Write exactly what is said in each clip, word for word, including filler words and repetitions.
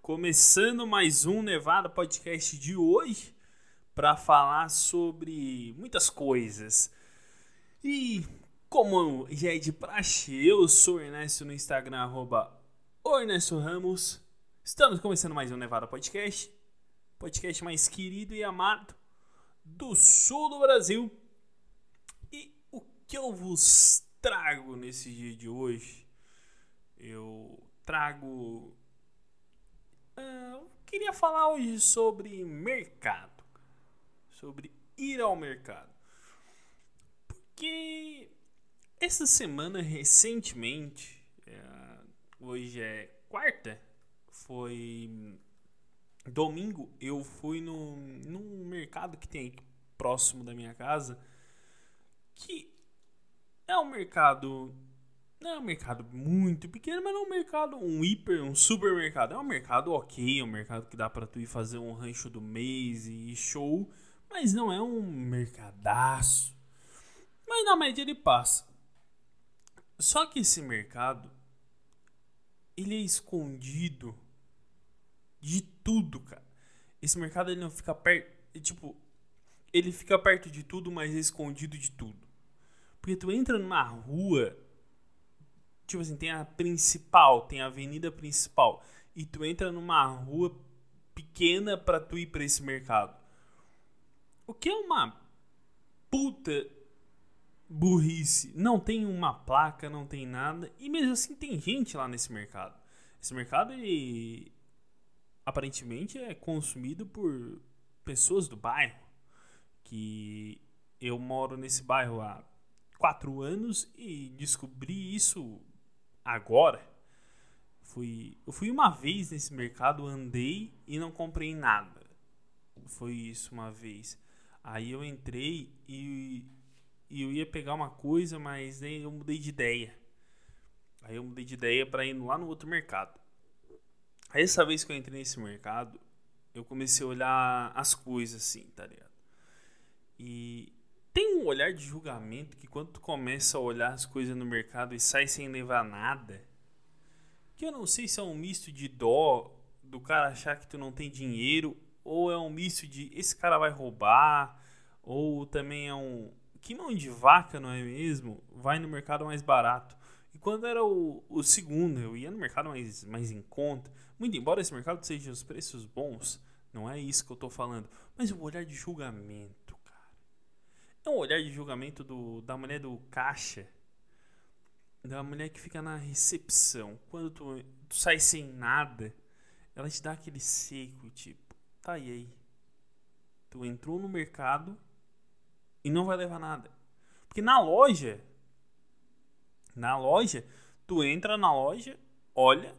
Começando mais um Nevada Podcast de hoje para falar sobre muitas coisas. E como já é de praxe, eu sou o Ernesto no Instagram, arroba Ernesto Ramos. Estamos começando mais um Nevada Podcast, podcast mais querido e amado do sul do Brasil. E o que eu vos trago nesse dia de hoje? Eu trago... Uh, eu queria falar hoje sobre mercado, sobre ir ao mercado, porque essa semana recentemente, é, hoje é quarta, foi domingo, eu fui no, num mercado que tem aqui próximo da minha casa, que é um mercado... Não é um mercado muito pequeno, mas não é um mercado, um hiper, um supermercado. É um mercado ok, é um mercado que dá pra tu ir fazer um rancho do mês e show, mas não é um mercadaço. Mas na média ele passa. Só que esse mercado, ele é escondido de tudo, cara. Esse mercado ele não fica perto, tipo, ele fica perto de tudo, mas é escondido de tudo. Porque tu entra numa rua... Tipo assim, tem a principal, tem a avenida principal. E tu entra numa rua pequena pra tu ir pra esse mercado. O que é uma puta burrice. Não tem uma placa, não tem nada. E mesmo assim tem gente lá nesse mercado. Esse mercado, ele aparentemente é consumido por pessoas do bairro. Que eu moro nesse bairro há quatro anos e descobri isso... Agora, fui, eu fui uma vez nesse mercado, andei e não comprei nada. Foi isso uma vez. Aí eu entrei e, e eu ia pegar uma coisa, mas aí eu mudei de ideia. Aí eu mudei de ideia para ir lá no outro mercado. Aí essa vez que eu entrei nesse mercado, eu comecei a olhar as coisas assim, tá ligado? E... tem um olhar de julgamento que quando tu começa a olhar as coisas no mercado e sai sem levar nada, que eu não sei se é um misto de dó do cara achar que tu não tem dinheiro, ou é um misto de esse cara vai roubar, ou também é um... que mão de vaca, não é mesmo? Vai no mercado mais barato. E quando era o, o segundo, eu ia no mercado mais, mais em conta. Muito embora esse mercado seja os preços bons, não é isso que eu tô falando, mas o olhar de julgamento. É um olhar de julgamento do, da mulher do caixa, da mulher que fica na recepção. Quando tu, tu sai sem nada, ela te dá aquele seco, tipo, tá, e aí? Tu entrou no mercado e não vai levar nada. Porque na loja, na loja, tu entra na loja, olha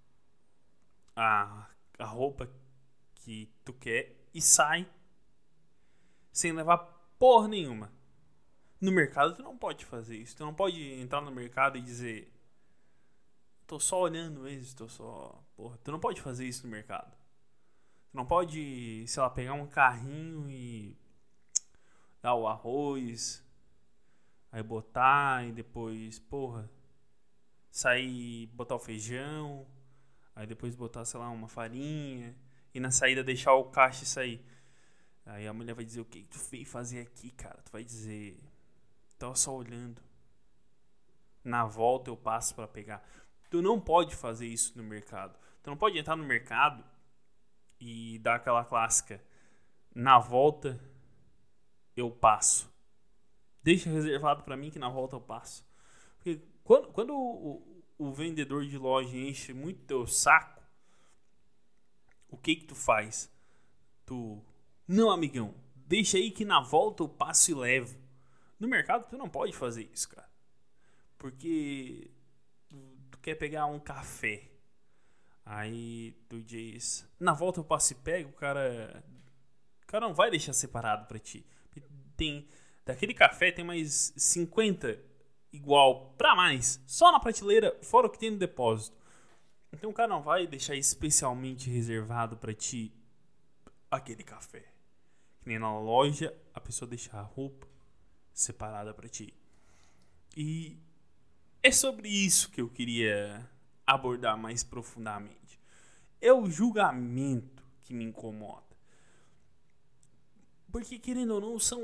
a, a roupa que tu quer e sai sem levar porra nenhuma. No mercado tu não pode fazer isso. Tu não pode entrar no mercado e dizer, tô só olhando mesmo, tô só... Porra, tu não pode fazer isso no mercado. Tu não pode, sei lá, pegar um carrinho e dar o arroz, aí botar e depois, porra, sair, botar o feijão, aí depois botar, sei lá, uma farinha e na saída deixar o caixa sair. Aí a mulher vai dizer, o que tu veio fazer aqui, cara? Tu vai dizer... Tava só olhando. Na volta eu passo pra pegar. Tu não pode fazer isso no mercado. Tu não pode entrar no mercado e dar aquela clássica. Na volta eu passo. Deixa reservado pra mim que na volta eu passo. Porque quando, quando o, o, o vendedor de loja enche muito teu saco, o que que tu faz? Tu... Não, amigão. Deixa aí que na volta eu passo e levo. No mercado tu não pode fazer isso, cara. Porque tu, tu quer pegar um café. Aí tu diz, na volta eu passo e pego, o cara... O cara não vai deixar separado pra ti. Tem, daquele café tem mais cinquenta igual pra mais. Só na prateleira, fora o que tem no depósito. Então o cara não vai deixar especialmente reservado pra ti aquele café. Que nem na loja, a pessoa deixa a roupa separada pra ti. E é sobre isso que eu queria abordar mais profundamente. é o julgamento que me incomoda. Porque, querendo ou não, são...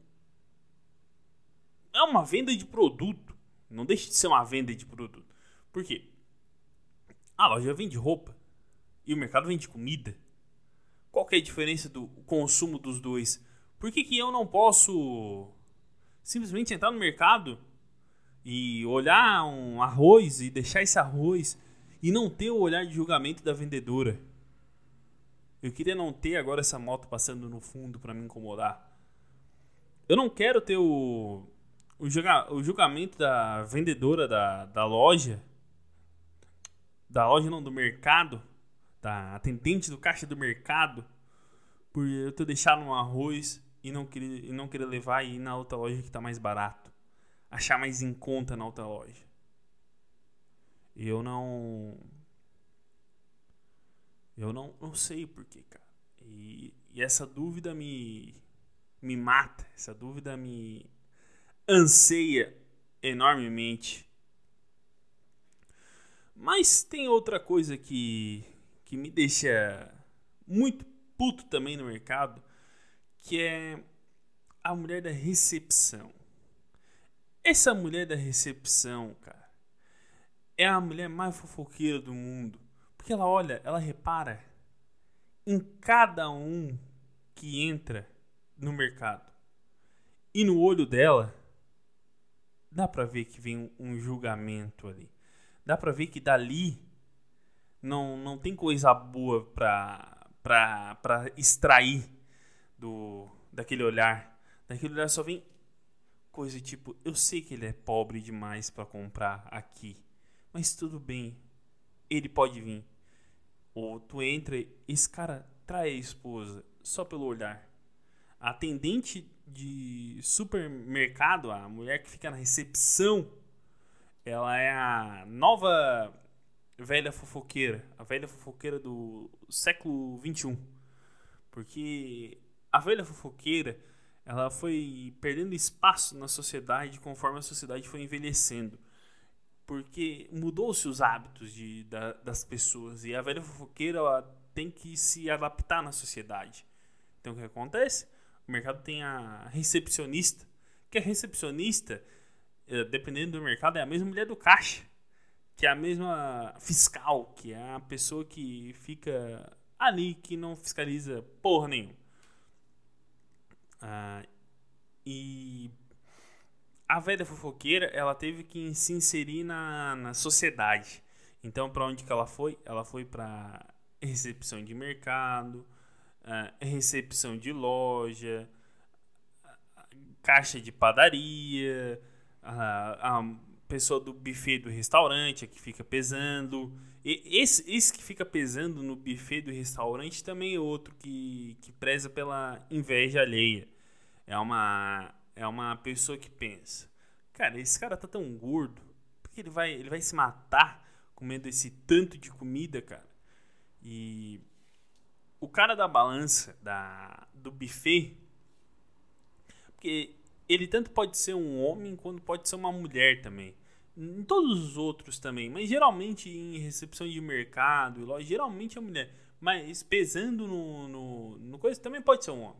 É uma venda de produto. Não deixa de ser uma venda de produto. Por quê? A loja vende roupa e o mercado vende comida. Qual que é a diferença do consumo dos dois? Por que que eu não posso simplesmente entrar no mercado e olhar um arroz e deixar esse arroz e não ter o olhar de julgamento da vendedora? Eu queria não ter agora essa moto passando no fundo para me incomodar. Eu não quero ter o, o, julga, o julgamento da vendedora da, da loja, da loja não, do mercado, da atendente do caixa do mercado, por eu ter deixado um arroz e não querer, e não querer levar e ir na outra loja que tá mais barato. Achar mais em conta na outra loja. Eu não... Eu não, não sei porquê, cara. E, e essa dúvida me, me mata. Essa dúvida me anseia enormemente. Mas tem outra coisa que, que me deixa muito puto também no mercado, que é a mulher da recepção. Essa mulher da recepção, cara, é a mulher mais fofoqueira do mundo. Porque ela olha, ela repara em cada um que entra no mercado. E no olho dela, dá pra ver que vem um julgamento ali. Dá pra ver que dali não, não tem coisa boa pra, pra, pra extrair do, daquele olhar. Daquele olhar só vem coisa tipo, eu sei que ele é pobre demais pra comprar aqui, mas tudo bem, ele pode vir. Ou tu entra e esse cara trai a esposa só pelo olhar. A atendente de supermercado, a mulher que fica na recepção, ela é a nova velha fofoqueira. A velha fofoqueira do século vinte e um. Porque a velha fofoqueira, ela foi perdendo espaço na sociedade conforme a sociedade foi envelhecendo. Porque mudou-se os hábitos de, da, das pessoas. E a velha fofoqueira, ela tem que se adaptar na sociedade. Então o que acontece? O mercado tem a recepcionista. Que a recepcionista, dependendo do mercado, é a mesma mulher do caixa. Que é a mesma fiscal. Que é a pessoa que fica ali, que não fiscaliza porra nenhuma. Ah, e... A velha fofoqueira, ela teve que se inserir na, na sociedade. Então, para onde que ela foi? Ela foi para recepção de mercado, uh, recepção de loja, caixa de padaria, a, a pessoa do buffet do restaurante, a que fica pesando. E esse, esse que fica pesando no buffet do restaurante também é outro que, que preza pela inveja alheia. É uma... É uma pessoa que pensa, cara, esse cara tá tão gordo, porque ele vai, ele vai se matar comendo esse tanto de comida, cara. E o cara da balança, da, do buffet, porque ele tanto pode ser um homem quanto pode ser uma mulher também. Em todos os outros também, mas geralmente em recepção de mercado, loja, geralmente é mulher. Mas pesando no, no, no coisa também pode ser um homem.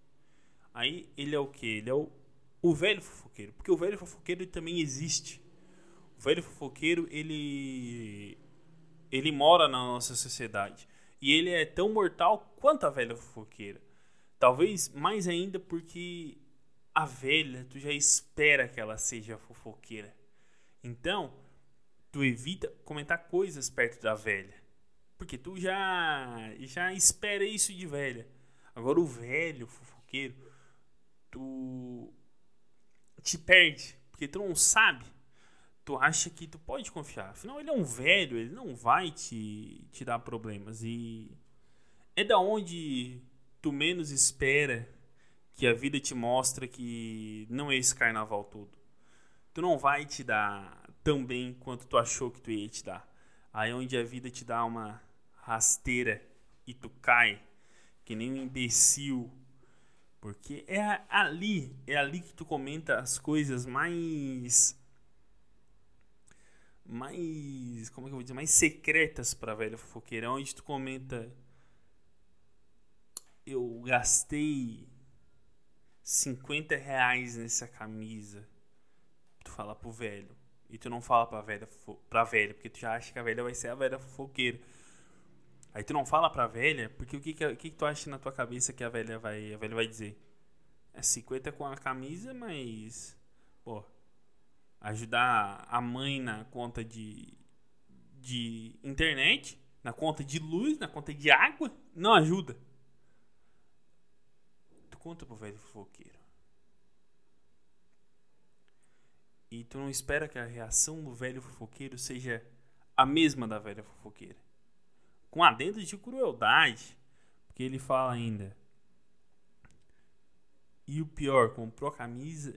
Aí ele é o que? Ele é o O velho fofoqueiro, porque o velho fofoqueiro ele também existe. O velho fofoqueiro, ele ele mora na nossa sociedade. E ele é tão mortal quanto a velha fofoqueira. Talvez mais ainda porque a velha, tu já espera que ela seja fofoqueira. Então, tu evita comentar coisas perto da velha. Porque tu já, já espera isso de velha. Agora o velho fofoqueiro, tu... te perde, porque tu não sabe, tu acha que tu pode confiar, afinal ele é um velho, ele não vai te, te dar problemas, e é da onde tu menos espera que a vida te mostra que não é esse carnaval todo. Tu não vai te dar tão bem quanto tu achou que tu ia te dar. Aí onde a vida te dá uma rasteira e tu cai que nem um imbecil. Porque é ali, é ali que tu comenta as coisas mais mais, como é que eu vou dizer, mais secretas pra velha fofoqueira, onde tu comenta: eu gastei cinquenta reais nessa camisa. Tu fala pro velho. E tu não fala pra velha, pra velha, porque tu já acha que a velha vai ser a velha fofoqueira. Aí tu não fala pra velha, porque o que que, o que que tu acha na tua cabeça que a velha vai, a velha vai dizer? É cinquenta com a camisa, mas, pô, ajudar a mãe na conta de, de internet, na conta de luz, na conta de água, não ajuda. Tu conta pro velho fofoqueiro. E tu não espera que a reação do velho fofoqueiro seja a mesma da velha fofoqueira. Com adendo de crueldade, porque ele fala ainda: e o pior, comprou a camisa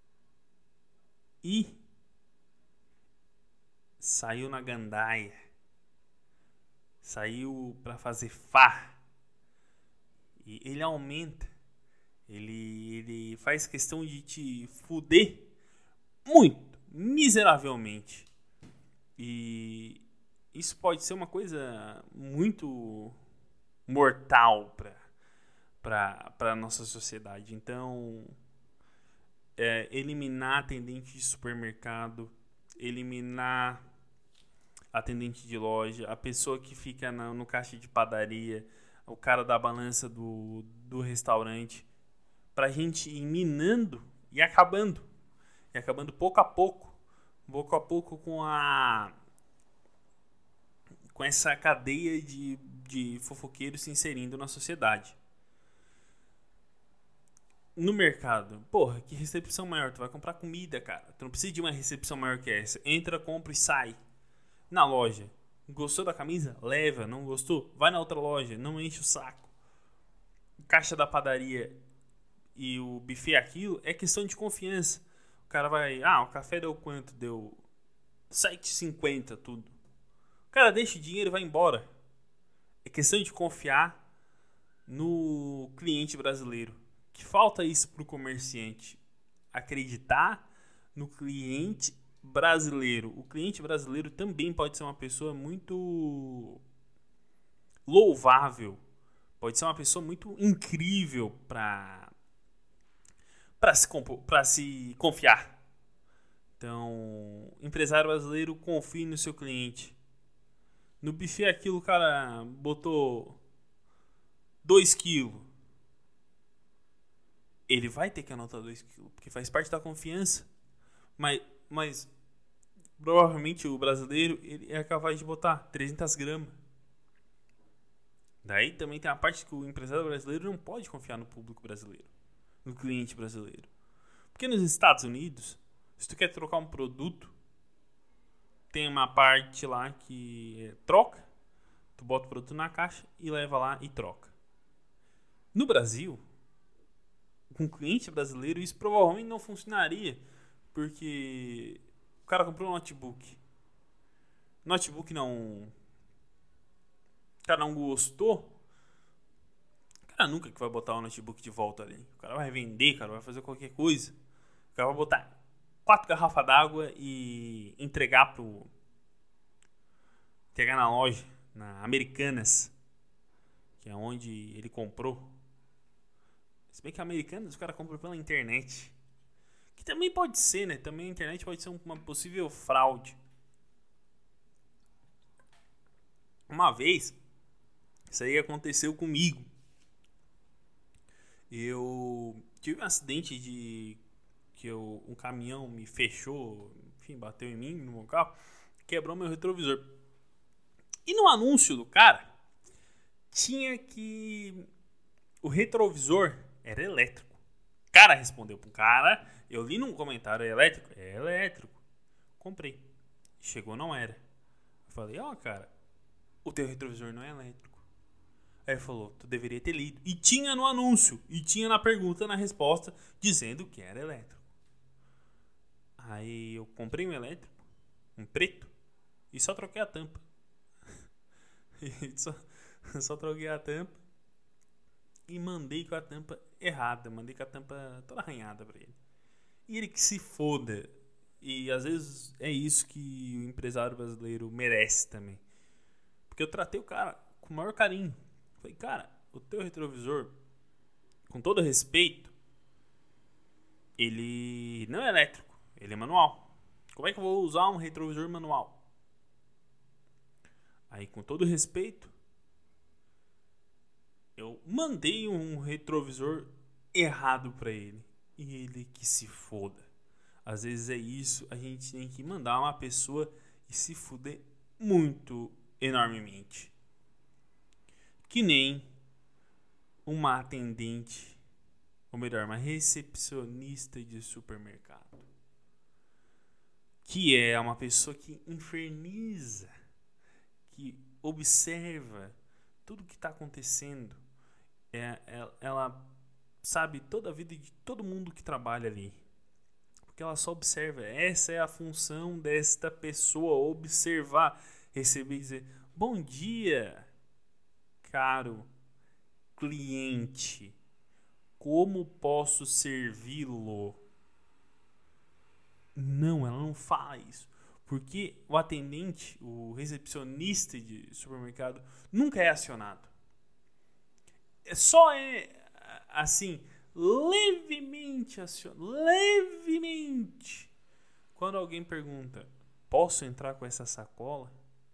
e saiu na gandaia. Saiu pra fazer farra. E ele aumenta. Ele, ele faz questão de te fuder muito, miseravelmente. E isso pode ser uma coisa muito mortal pra, pra, pra nossa sociedade. Então, é, eliminar atendente de supermercado, eliminar atendente de loja, a pessoa que fica na, no caixa de padaria, o cara da balança do, do restaurante, pra gente ir minando e acabando. E acabando pouco a pouco, pouco a pouco com a com essa cadeia de, de fofoqueiros se inserindo na sociedade. No mercado, porra, que recepção maior? Tu vai comprar comida, cara. Tu não precisa de uma recepção maior que essa. Entra, compra e sai. Na loja, gostou da camisa? Leva. Não gostou? Vai na outra loja. Não enche o saco. Caixa da padaria e o buffet aquilo é questão de confiança. O cara vai... Ah, o café deu quanto? Deu sete e cinquenta tudo. O cara deixa o dinheiro e vai embora. É questão de confiar no cliente brasileiro. Que falta isso pro comerciante. Acreditar no cliente brasileiro. O cliente brasileiro também pode ser uma pessoa muito louvável. Pode ser uma pessoa muito incrível para para se, para se confiar. Então, empresário brasileiro, confie no seu cliente. No buffet aquilo o cara botou dois quilos. Ele vai ter que anotar dois quilos, porque faz parte da confiança. Mas, mas provavelmente o brasileiro ele é capaz de botar trezentas gramas. Daí também tem a parte que o empresário brasileiro não pode confiar no público brasileiro, no cliente brasileiro. Porque nos Estados Unidos, se tu quer trocar um produto, tem uma parte lá que é troca. Tu bota o produto na caixa e leva lá e troca. No Brasil, com um cliente brasileiro, isso provavelmente não funcionaria. Porque o cara comprou um notebook. Notebook não... O cara não gostou. O cara nunca que vai botar o notebook de volta ali. O cara vai vender, cara, vai fazer qualquer coisa. O cara vai botar quatro garrafas d'água e entregar pro... Entregar na loja, na Americanas, que é onde ele comprou. Se bem que a Americanas o cara compra pela internet. Que também pode ser, né? Também a internet pode ser uma possível fraude. Uma vez, isso aí aconteceu comigo. Eu tive um acidente de... que eu, um caminhão me fechou, enfim, bateu em mim no meu carro, quebrou meu retrovisor. E no anúncio do cara, tinha que o retrovisor era elétrico. O cara respondeu pro cara, eu li num comentário, é elétrico? É elétrico. Comprei. Chegou, não era. Eu falei, ó, oh, cara, o teu retrovisor não é elétrico. Aí ele falou, tu deveria ter lido. E tinha no anúncio, e tinha na pergunta, na resposta, dizendo que era elétrico. Aí eu comprei um elétrico, um preto, e só troquei a tampa. só, só troquei a tampa e mandei com a tampa errada. Mandei com a tampa toda arranhada pra ele. E ele que se foda. E às vezes é isso que o empresário brasileiro merece também. Porque eu tratei o cara com o maior carinho. Falei, cara, o teu retrovisor, com todo respeito, ele não é elétrico, ele é manual. Como é que eu vou usar um retrovisor manual? Aí, com todo respeito, eu mandei um retrovisor errado pra ele. E ele que se foda. Às vezes é isso, a gente tem que mandar uma pessoa e se fuder muito enormemente. Que nem uma atendente, ou melhor, uma recepcionista de supermercado. Que é uma pessoa que inferniza, que observa tudo que está acontecendo. É, é, ela sabe toda a vida de todo mundo que trabalha ali. Porque ela só observa. Essa é a função desta pessoa, observar, receber e dizer: bom dia, caro cliente, como posso servi-lo? Não, ela não fala isso. Porque o atendente, o recepcionista de supermercado, nunca é acionado. É só é assim, levemente acionado. Levemente. Quando alguém pergunta: posso entrar com essa sacola?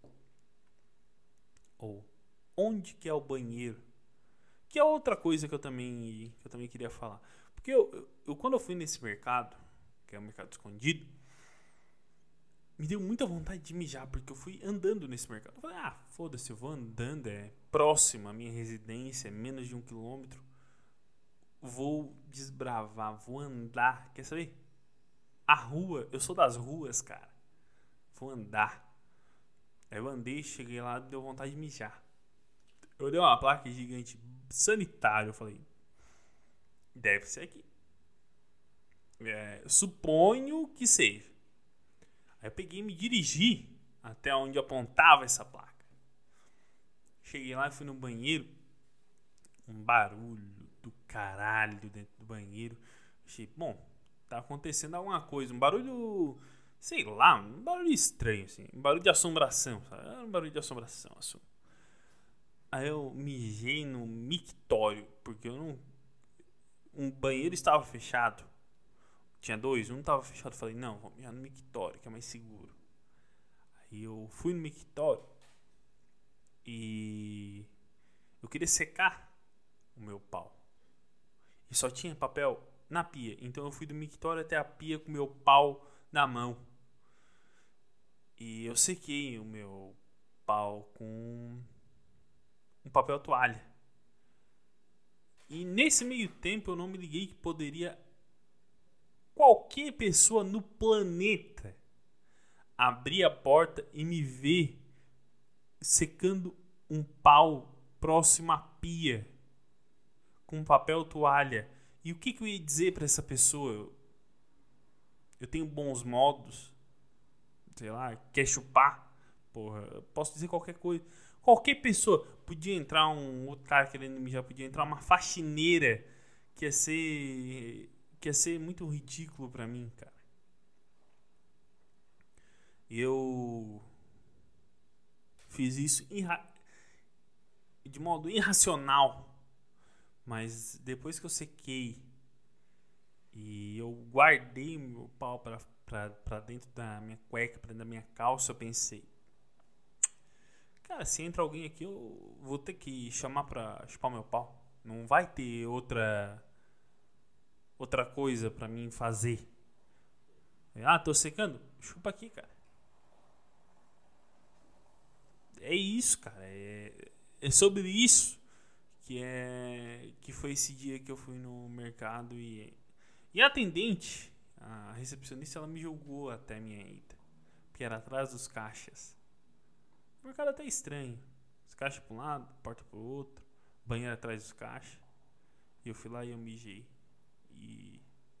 Ou onde que é o banheiro? Que é outra coisa que eu também, que eu também queria falar. Porque eu, eu, eu, quando eu fui nesse mercado, que é um mercado escondido, me deu muita vontade de mijar, porque eu fui andando nesse mercado. Eu falei, ah, foda-se, eu vou andando, é próximo à minha residência, é menos de um quilômetro. Vou desbravar, vou andar. Quer saber? A rua, eu sou das ruas, cara. Vou andar. Aí eu andei, cheguei lá, deu vontade de mijar. Eu dei uma placa gigante, sanitário. Eu falei, deve ser aqui. É, suponho que seja. Aí eu peguei e me dirigi até onde apontava essa placa. Cheguei lá e fui no banheiro. Um barulho do caralho dentro do banheiro. Achei, bom, tá acontecendo alguma coisa. Um barulho, sei lá, um barulho estranho, assim. Um barulho de assombração, sabe? Um barulho de assombração, assim. Aí eu mijei no mictório, porque eu não... Um banheiro estava fechado. Tinha dois, um estava fechado. Eu falei, não, vou mijar no mictório, que é mais seguro. Aí eu fui no mictório e eu queria secar o meu pau. E só tinha papel na pia. Então eu fui do mictório até a pia com o meu pau na mão. E eu sequei o meu pau com um papel toalha. E nesse meio tempo eu não me liguei que poderia qualquer pessoa no planeta abrir a porta e me ver secando um pau próximo à pia com papel toalha. E o que, que eu ia dizer para essa pessoa? Eu, eu tenho bons modos, sei lá, quer chupar? Porra, eu posso dizer qualquer coisa. Qualquer pessoa. Podia entrar um outro cara querendo mijar, podia entrar uma faxineira que ia ser, que ia ser muito ridículo pra mim, cara. Eu fiz isso irra- de modo irracional. Mas depois que eu sequei e eu guardei meu pau pra, pra, pra dentro da minha cueca, pra dentro da minha calça, eu pensei, cara, se entra alguém aqui, eu vou ter que chamar pra chupar meu pau. Não vai ter outra outra coisa pra mim fazer. Ah, tô secando? Chupa aqui, cara. É isso, cara. É, é sobre isso que é que foi esse dia que eu fui no mercado e e a atendente, a recepcionista, ela me julgou até a minha ida, porque era atrás dos caixas. O mercado até estranho. Os caixas para um lado, porta para o outro, banheiro atrás dos caixas. E eu fui lá e eu mijei. E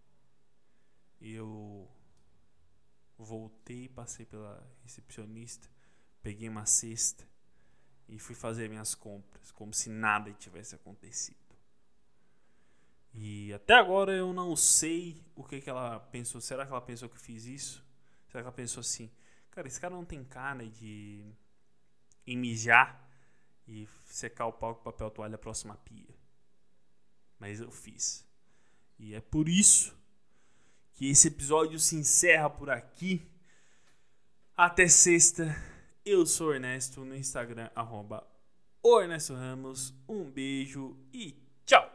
eu voltei, passei pela recepcionista, peguei uma cesta e fui fazer minhas compras, como se nada tivesse acontecido. E até agora eu não sei o que, que ela pensou. Será que ela pensou que eu fiz isso? Será que ela pensou assim, cara, esse cara não tem cara de em mijar e secar o pau com papel toalha próximo à pia? Mas eu fiz. E é por isso que esse episódio se encerra por aqui. Até sexta. Eu sou o Ernesto no Instagram, arroba o Ernesto Ramos. Um beijo e tchau!